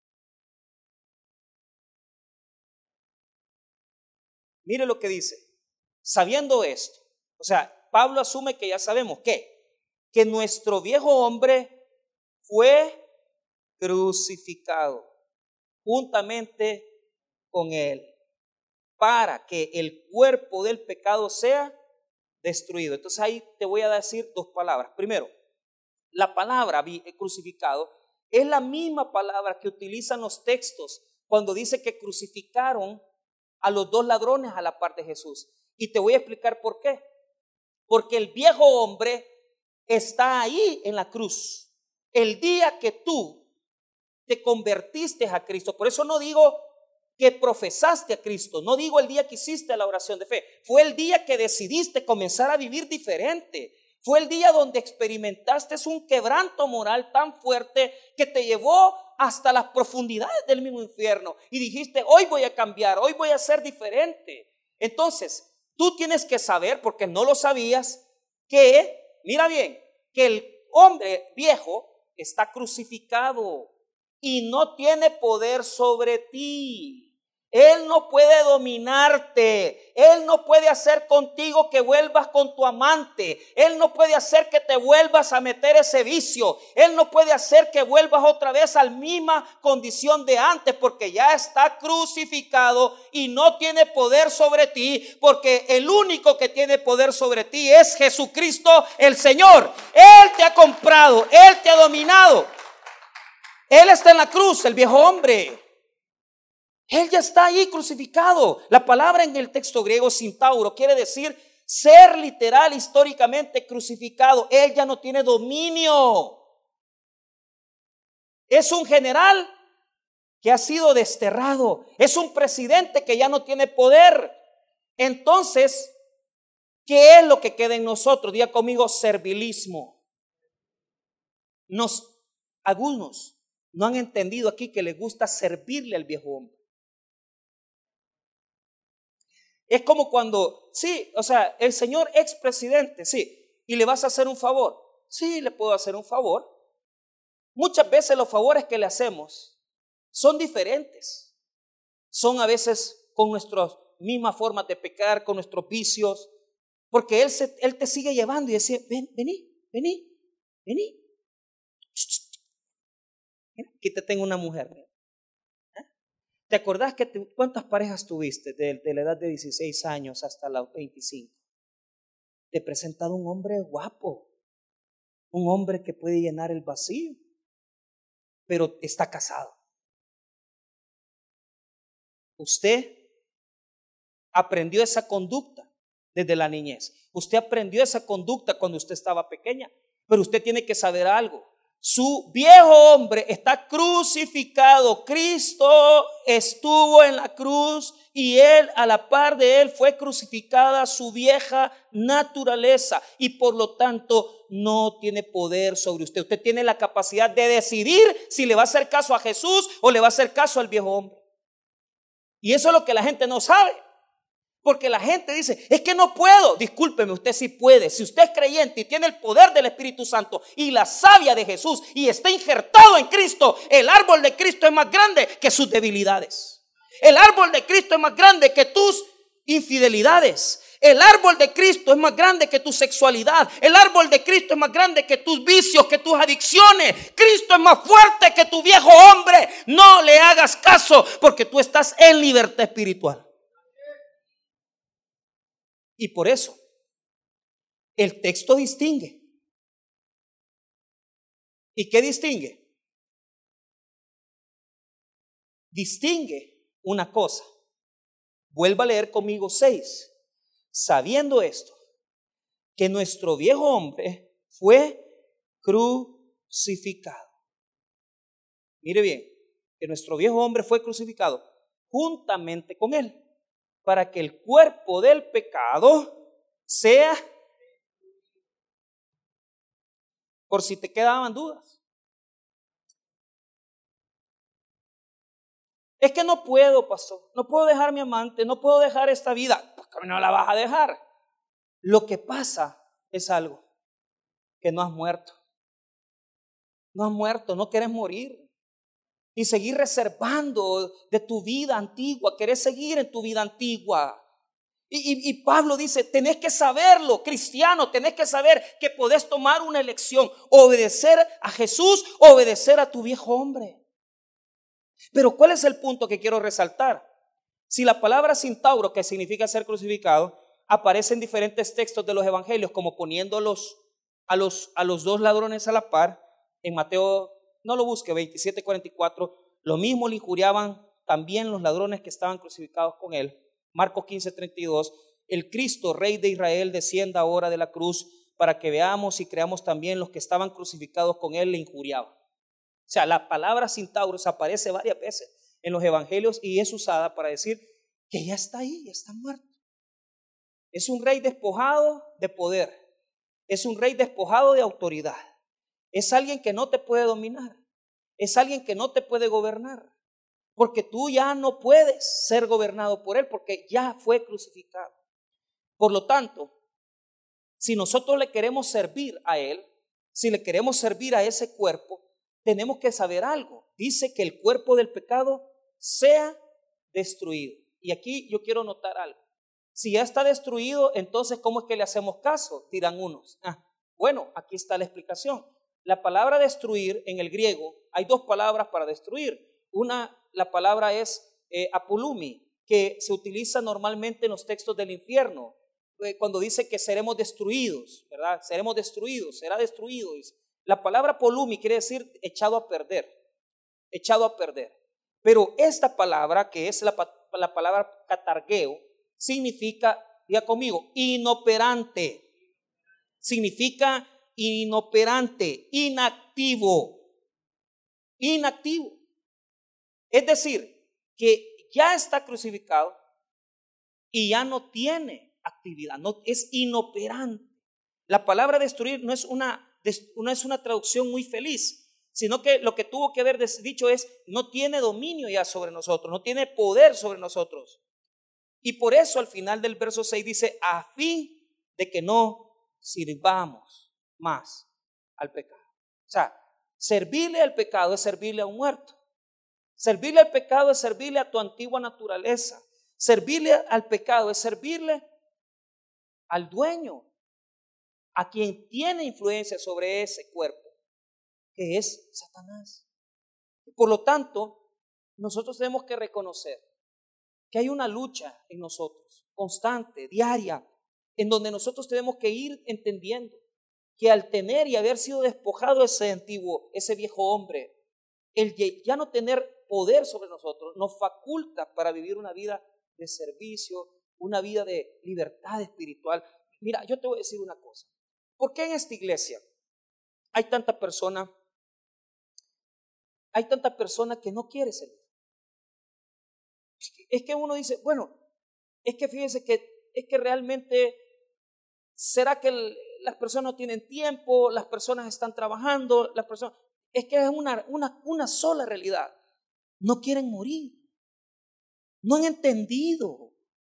A: Mire lo que dice: sabiendo esto, o sea, Pablo asume que ya sabemos que, que nuestro viejo hombre fue crucificado juntamente con él, para que el cuerpo del pecado sea destruido. Entonces ahí te voy a decir dos palabras. Primero, la palabra crucificado es la misma palabra que utilizan los textos cuando dice que crucificaron a los dos ladrones a la par de Jesús. Y te voy a explicar por qué. Porque el viejo hombre está ahí en la cruz el día que tú te convertiste a Cristo. Por eso no digo que profesaste a Cristo, no digo el día que hiciste la oración de fe. Fue el día que decidiste comenzar a vivir diferente. Fue el día donde experimentaste un quebranto moral tan fuerte que te llevó hasta las profundidades del mismo infierno. Y dijiste: hoy voy a cambiar, hoy voy a ser diferente. Entonces, tú tienes que saber, porque no lo sabías, que, mira bien, que el hombre viejo está crucificado y no tiene poder sobre ti. Él no puede dominarte. Él no puede hacer contigo que vuelvas con tu amante. Él no puede hacer que te vuelvas a meter ese vicio. Él no puede hacer que vuelvas otra vez a la misma condición de antes, porque ya está crucificado y no tiene poder sobre ti, porque el único que tiene poder sobre ti es Jesucristo el Señor. Él te ha comprado, Él te ha dominado. Él está en la cruz, el viejo hombre. Él ya está ahí crucificado. La palabra en el texto griego sintauro quiere decir ser literal, históricamente crucificado. Él ya no tiene dominio. Es un general que ha sido desterrado. Es un presidente que ya no tiene poder. Entonces, ¿qué es lo que queda en nosotros? Diga conmigo: servilismo. Nos, algunos no han entendido aquí que les gusta servirle al viejo hombre. Es como cuando, sí, o sea, el señor expresidente, sí, y le vas a hacer un favor. Sí, le puedo hacer un favor. Muchas veces los favores que le hacemos son diferentes. Son a veces con nuestras mismas formas de pecar, con nuestros vicios, porque Él, se, él te sigue llevando y dice, ven, vení, vení, vení. Mira, aquí te tengo una mujer. ¿Eh? ¿Te acordás que te, cuántas parejas tuviste de, de la edad de dieciséis años hasta los veinticinco? Te he presentado un hombre guapo, un hombre que puede llenar el vacío, pero está casado. Usted aprendió esa conducta desde la niñez. Usted aprendió esa conducta cuando usted estaba pequeña, pero usted tiene que saber algo. Su viejo hombre está crucificado. Cristo estuvo en la cruz y él, a la par de él, fue crucificada su vieja naturaleza y por lo tanto no tiene poder sobre usted. Usted tiene la capacidad de decidir si le va a hacer caso a Jesús o le va a hacer caso al viejo hombre. Y eso es lo que la gente no sabe. Porque la gente dice, es que no puedo. Discúlpeme, usted sí puede. Si usted es creyente y tiene el poder del Espíritu Santo y la savia de Jesús y está injertado en Cristo, el árbol de Cristo es más grande que sus debilidades. El árbol de Cristo es más grande que tus infidelidades. El árbol de Cristo es más grande que tu sexualidad. El árbol de Cristo es más grande que tus vicios, que tus adicciones. Cristo es más fuerte que tu viejo hombre. No le hagas caso porque tú estás en libertad espiritual. Y por eso el texto distingue. ¿Y qué distingue? Distingue una cosa. Vuelva a leer conmigo seis. Sabiendo esto, que nuestro viejo hombre fue crucificado. Mire bien, que nuestro viejo hombre fue crucificado juntamente con él, para que el cuerpo del pecado sea, por si te quedaban dudas. Es que no puedo, pastor, no puedo dejar a mi amante, no puedo dejar esta vida. ¿Por qué no la vas a dejar? Lo que pasa es algo, que no has muerto. No has muerto, no quieres morir. Y seguir reservando de tu vida antigua, querés seguir en tu vida antigua. Y, y, y Pablo dice, tenés que saberlo, cristiano, tenés que saber que podés tomar una elección, obedecer a Jesús, obedecer a tu viejo hombre. Pero ¿cuál es el punto que quiero resaltar? Si la palabra sintauro, que significa ser crucificado, aparece en diferentes textos de los evangelios, como poniéndolos a los, a los dos ladrones a la par, en Mateo, no lo busque, veintisiete cuarenta y cuatro, lo mismo le injuriaban también los ladrones que estaban crucificados con él. Marcos quince treinta y dos, el Cristo, Rey de Israel, descienda ahora de la cruz para que veamos y creamos también los que estaban crucificados con él le injuriaban. O sea, la palabra Cintauros aparece varias veces en los evangelios y es usada para decir que ya está ahí, ya está muerto. Es un rey despojado de poder, es un rey despojado de autoridad. Es alguien que no te puede dominar. Es alguien que no te puede gobernar. Porque tú ya no puedes ser gobernado por él porque ya fue crucificado. Por lo tanto, si nosotros le queremos servir a él, si le queremos servir a ese cuerpo, tenemos que saber algo. Dice que el cuerpo del pecado sea destruido. Y aquí yo quiero notar algo. Si ya está destruido, entonces ¿cómo es que le hacemos caso? Dirán unos. Ah, bueno, aquí está la explicación. La palabra destruir en el griego, hay dos palabras para destruir. Una, la palabra es eh, apolumi, que se utiliza normalmente en los textos del infierno, eh, cuando dice que seremos destruidos, ¿verdad? Seremos destruidos, será destruido. Dice. La palabra polumi quiere decir echado a perder, echado a perder. Pero esta palabra, que es la, la palabra catargeo, significa, diga conmigo, inoperante. Significa inoperante, inactivo, inactivo. Es decir, que ya está crucificado y ya no tiene actividad, no, es inoperante. La palabra destruir no es una, no es una traducción muy feliz, sino que lo que tuvo que haber dicho es, no tiene dominio ya sobre nosotros, no tiene poder sobre nosotros. Y por eso al final del verso seis dice, a fin de que no sirvamos más al pecado. O sea, servirle al pecado es servirle a un muerto. Servirle al pecado es servirle a tu antigua naturaleza. Servirle al pecado es servirle al dueño, a quien tiene influencia sobre ese cuerpo, que es Satanás. Por lo tanto, nosotros tenemos que reconocer que hay una lucha en nosotros, constante, diaria, en donde nosotros tenemos que ir entendiendo que al tener y haber sido despojado ese antiguo, ese viejo hombre, el ya no tener poder sobre nosotros nos faculta para vivir una vida de servicio, una vida de libertad espiritual. Mira, yo te voy a decir una cosa. ¿Por qué en esta iglesia hay tanta persona, hay tanta persona que no quiere servir? Es que uno dice, bueno, es que fíjense que es que realmente, ¿será que el, las personas no tienen tiempo? Las personas están trabajando, las personas, es que es una, una, una sola realidad. No quieren morir. No han entendido,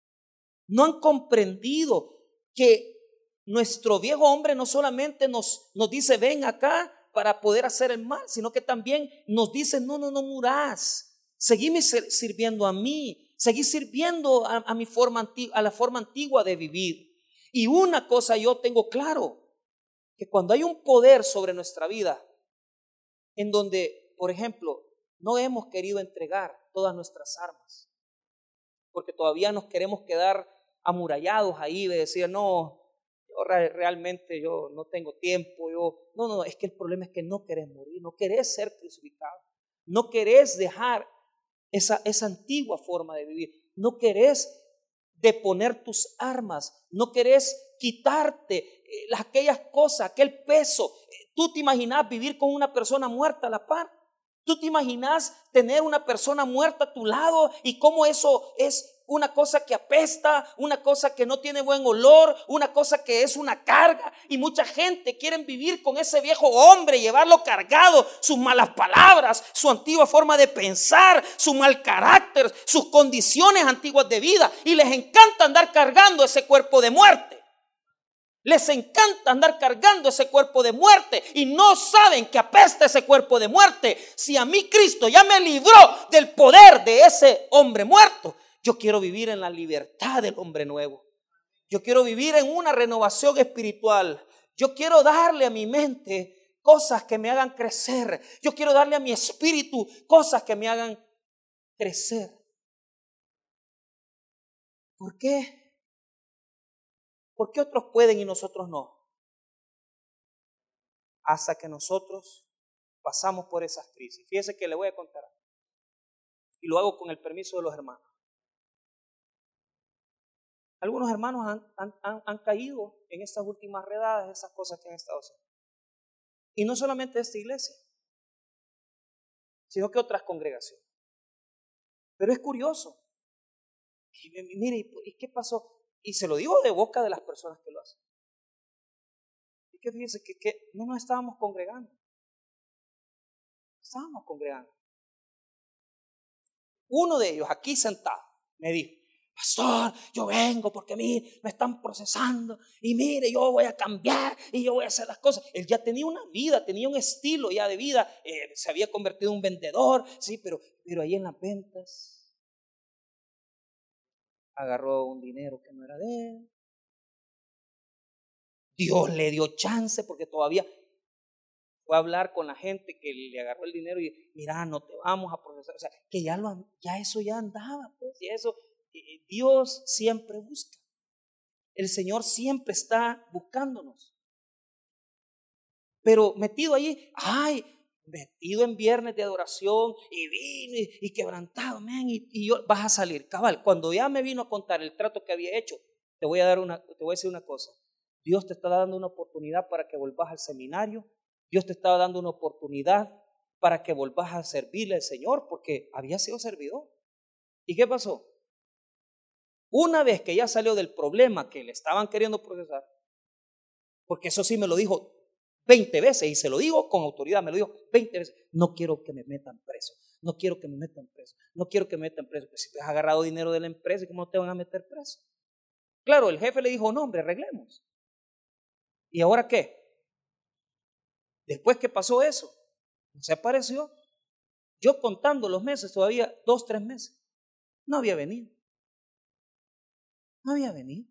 A: no han comprendido que nuestro viejo hombre no solamente nos, nos dice, ven acá para poder hacer el mal, sino que también nos dice, no, no, no murás. Seguime sirviendo a mí, seguí sirviendo a, a mi forma antigua, a la forma antigua de vivir. Y una cosa yo tengo claro, que cuando hay un poder sobre nuestra vida, en donde, por ejemplo, no hemos querido entregar todas nuestras armas, porque todavía nos queremos quedar amurallados ahí de decir, no, yo realmente yo no tengo tiempo, yo, no, no, es que el problema es que no querés morir, no querés ser crucificado, no querés dejar esa, esa antigua forma de vivir, no querés deponer tus armas, no querés quitarte eh, aquellas cosas, aquel peso. ¿Tú te imaginas vivir con una persona muerta a la par? ¿Tú te imaginas tener una persona muerta a tu lado y cómo eso es una cosa que apesta, una cosa que no tiene buen olor, una cosa que es una carga? Y mucha gente quiere vivir con ese viejo hombre, llevarlo cargado, sus malas palabras, su antigua forma de pensar, su mal carácter, sus condiciones antiguas de vida, y les encanta andar cargando ese cuerpo de muerte. Les encanta andar cargando ese cuerpo de muerte y no saben que apesta ese cuerpo de muerte. Si a mí Cristo ya me libró del poder de ese hombre muerto, yo quiero vivir en la libertad del hombre nuevo. Yo quiero vivir en una renovación espiritual. Yo quiero darle a mi mente cosas que me hagan crecer. Yo quiero darle a mi espíritu cosas que me hagan crecer. ¿Por qué? ¿Por qué otros pueden y nosotros no? Hasta que nosotros pasamos por esas crisis. Fíjese que le voy a contar. Y lo hago con el permiso de los hermanos. Algunos hermanos han, han, han, han caído en estas últimas redadas, esas cosas que han estado haciendo. Y no solamente esta iglesia, sino que otras congregaciones. Pero es curioso. Y, mire, ¿y qué pasó? Y se lo digo de boca de las personas que lo hacen. Y que fíjense que, que no nos estábamos congregando. Estábamos congregando. Uno de ellos, aquí sentado, me dijo, pastor, yo vengo porque a mí me están procesando y mire, yo voy a cambiar y yo voy a hacer las cosas. Él ya tenía una vida, tenía un estilo ya de vida, eh, se había convertido en un vendedor, sí, pero, pero ahí en las ventas agarró un dinero que no era de él. Dios le dio chance porque todavía fue a hablar con la gente que le agarró el dinero y mira, no te vamos a procesar. O sea, que ya, lo, ya eso ya andaba, pues, y eso eh, Dios siempre busca. El Señor siempre está buscándonos. Pero metido allí, ay, metido en viernes de adoración y vino y, y quebrantado, man, y, y yo, vas a salir, cabal. Cuando ya me vino a contar el trato que había hecho, te voy a dar una, te voy a decir una cosa. Dios te está dando una oportunidad para que volvás al seminario. Dios te estaba dando una oportunidad para que volvás a servirle al Señor, porque había sido servidor. ¿Y qué pasó? Una vez que ya salió del problema que le estaban queriendo procesar, porque eso sí me lo dijo veinte veces, y se lo digo con autoridad, me lo dijo veinte veces, no quiero que me metan preso, No quiero que me metan preso. No quiero que me metan preso. Pues si te has agarrado dinero de la empresa, ¿cómo te van a meter preso? Claro, el jefe le dijo, no, hombre, arreglemos. ¿Y ahora qué? Después que pasó eso, no se apareció. Yo contando los meses, todavía dos, tres meses, no había venido. No había venido.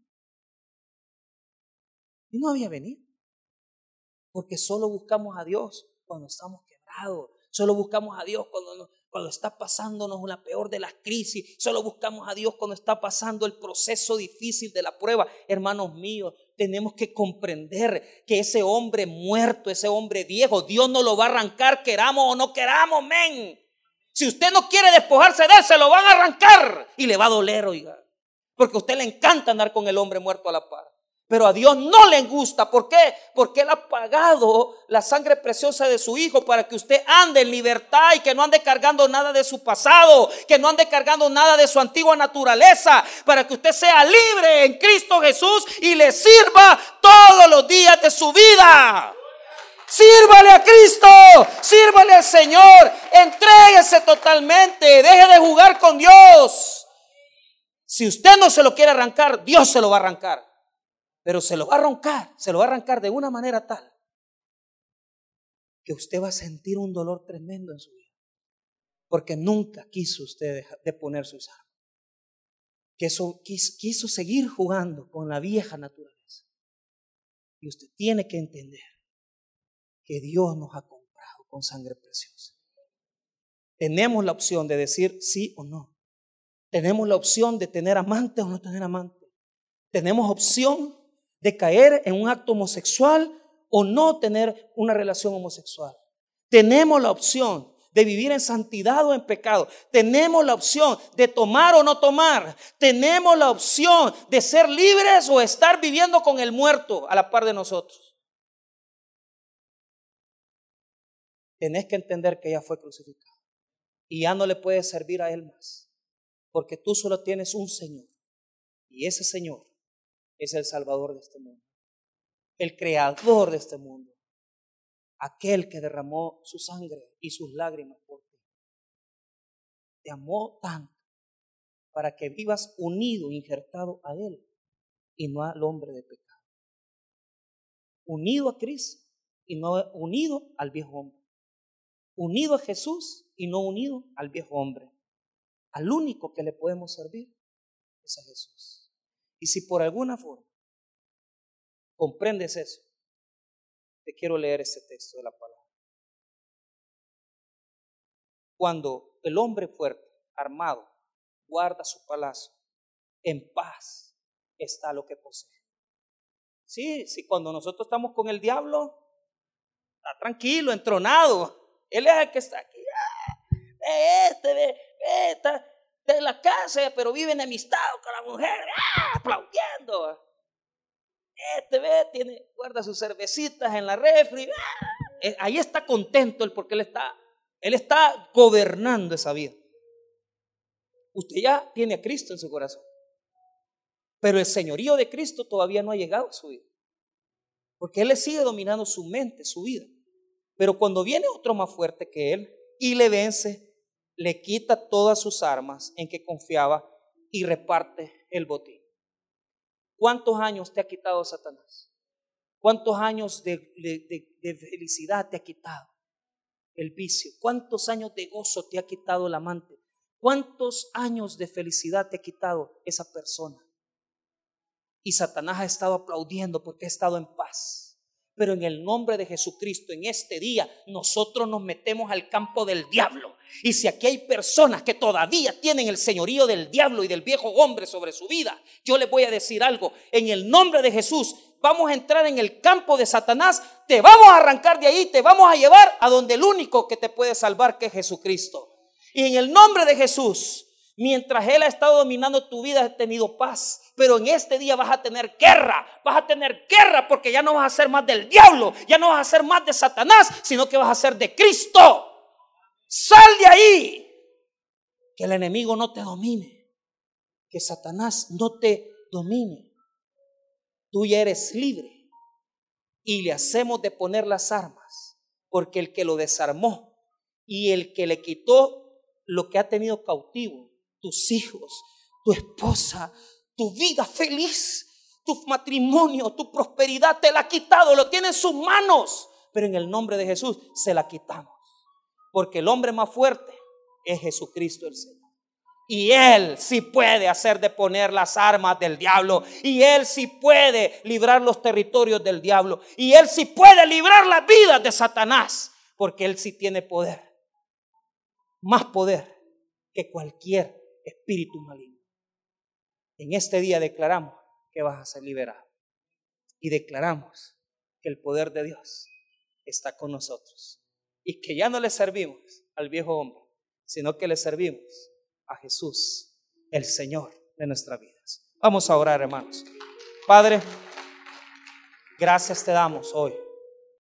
A: Y no había venido. Porque solo buscamos a Dios cuando estamos quebrados. Solo buscamos a Dios cuando, nos, cuando está pasándonos la peor de las crisis. Solo buscamos a Dios cuando está pasando el proceso difícil de la prueba. Hermanos míos, tenemos que comprender que ese hombre muerto, ese hombre viejo, Dios no lo va a arrancar, queramos o no queramos, men. Si usted no quiere despojarse de él, se lo van a arrancar y le va a doler, oiga. Porque a usted le encanta andar con el hombre muerto a la par. Pero a Dios no le gusta. ¿Por qué? Porque Él ha pagado la sangre preciosa de su Hijo para que usted ande en libertad y que no ande cargando nada de su pasado, que no ande cargando nada de su antigua naturaleza, para que usted sea libre en Cristo Jesús y le sirva todos los días de su vida. Sírvale a Cristo, sírvale al Señor, entréguese totalmente, deje de jugar con Dios. Si usted no se lo quiere arrancar, Dios se lo va a arrancar. Pero se lo va a arrancar, se lo va a arrancar de una manera tal que usted va a sentir un dolor tremendo en su vida. Porque nunca quiso usted de poner sus armas. Quiso, quiso, quiso seguir jugando con la vieja naturaleza. Y usted tiene que entender que Dios nos ha comprado con sangre preciosa. Tenemos la opción de decir sí o no. Tenemos la opción de tener amante o no tener amante. Tenemos opción de caer en un acto homosexual o no tener una relación homosexual. Tenemos la opción de vivir en santidad o en pecado. Tenemos la opción de tomar o no tomar. Tenemos la opción de ser libres o estar viviendo con el muerto a la par de nosotros. Tenés que entender que ya fue crucificado y ya no le puedes servir a Él más, porque tú solo tienes un Señor y ese Señor es el Salvador de este mundo, el Creador de este mundo, aquel que derramó su sangre y sus lágrimas por ti. Te amó tanto para que vivas unido, injertado a Él y no al hombre de pecado. Unido a Cristo y no unido al viejo hombre. Unido a Jesús y no unido al viejo hombre. Al único que le podemos servir es a Jesús. Y si por alguna forma comprendes eso, te quiero leer este texto de la palabra. Cuando el hombre fuerte, armado, guarda su palacio, en paz está lo que posee. Sí, sí, cuando nosotros estamos con el diablo, está tranquilo, entronado. Él es el que está aquí. Ve este, ve, ve, está en la casa, pero vive enemistado con la mujer, ¡ah! Aplaudiendo. Este, ve, tiene, guarda sus cervecitas en la refri. ¡Ah! Ahí está contento él porque él está, él está gobernando esa vida. Usted ya tiene a Cristo en su corazón, pero el señorío de Cristo todavía no ha llegado a su vida, porque Él le sigue dominando su mente, su vida. Pero cuando viene otro más fuerte que Él y le vence, le quita todas sus armas en que confiaba y reparte el botín. ¿Cuántos años te ha quitado Satanás? ¿Cuántos años de, de, de, de felicidad te ha quitado el vicio? ¿Cuántos años de gozo te ha quitado el amante? ¿Cuántos años de felicidad te ha quitado esa persona? Y Satanás ha estado aplaudiendo porque ha estado en paz. Pero en el nombre de Jesucristo, en este día, nosotros nos metemos al campo del diablo. Y si aquí hay personas que todavía tienen el señorío del diablo y del viejo hombre sobre su vida, yo les voy a decir algo. En el nombre de Jesús, vamos a entrar en el campo de Satanás. Te vamos a arrancar de ahí, te vamos a llevar a donde el único que te puede salvar, que es Jesucristo. Y en el nombre de Jesús, mientras Él ha estado dominando tu vida, has tenido paz. Pero en este día vas a tener guerra, vas a tener guerra porque ya no vas a ser más del diablo, ya no vas a ser más de Satanás, sino que vas a ser de Cristo. Sal de ahí, que el enemigo no te domine, que Satanás no te domine. Tú ya eres libre y le hacemos de poner las armas, porque el que lo desarmó y el que le quitó lo que ha tenido cautivo tus hijos, tu esposa, tu vida feliz, tu matrimonio, tu prosperidad, te la ha quitado, lo tiene en sus manos. Pero en el nombre de Jesús se la quitamos, porque el hombre más fuerte es Jesucristo el Señor. Y Él sí puede hacer deponer las armas del diablo. Y Él sí puede librar los territorios del diablo. Y Él sí puede librar las vidas de Satanás, porque Él sí tiene poder, más poder que cualquier espíritu maligno. En este día declaramos que vas a ser liberado. Y declaramos que el poder de Dios está con nosotros. Y que ya no le servimos al viejo hombre, sino que le servimos a Jesús, el Señor de nuestras vidas. Vamos a orar, hermanos. Padre, gracias te damos hoy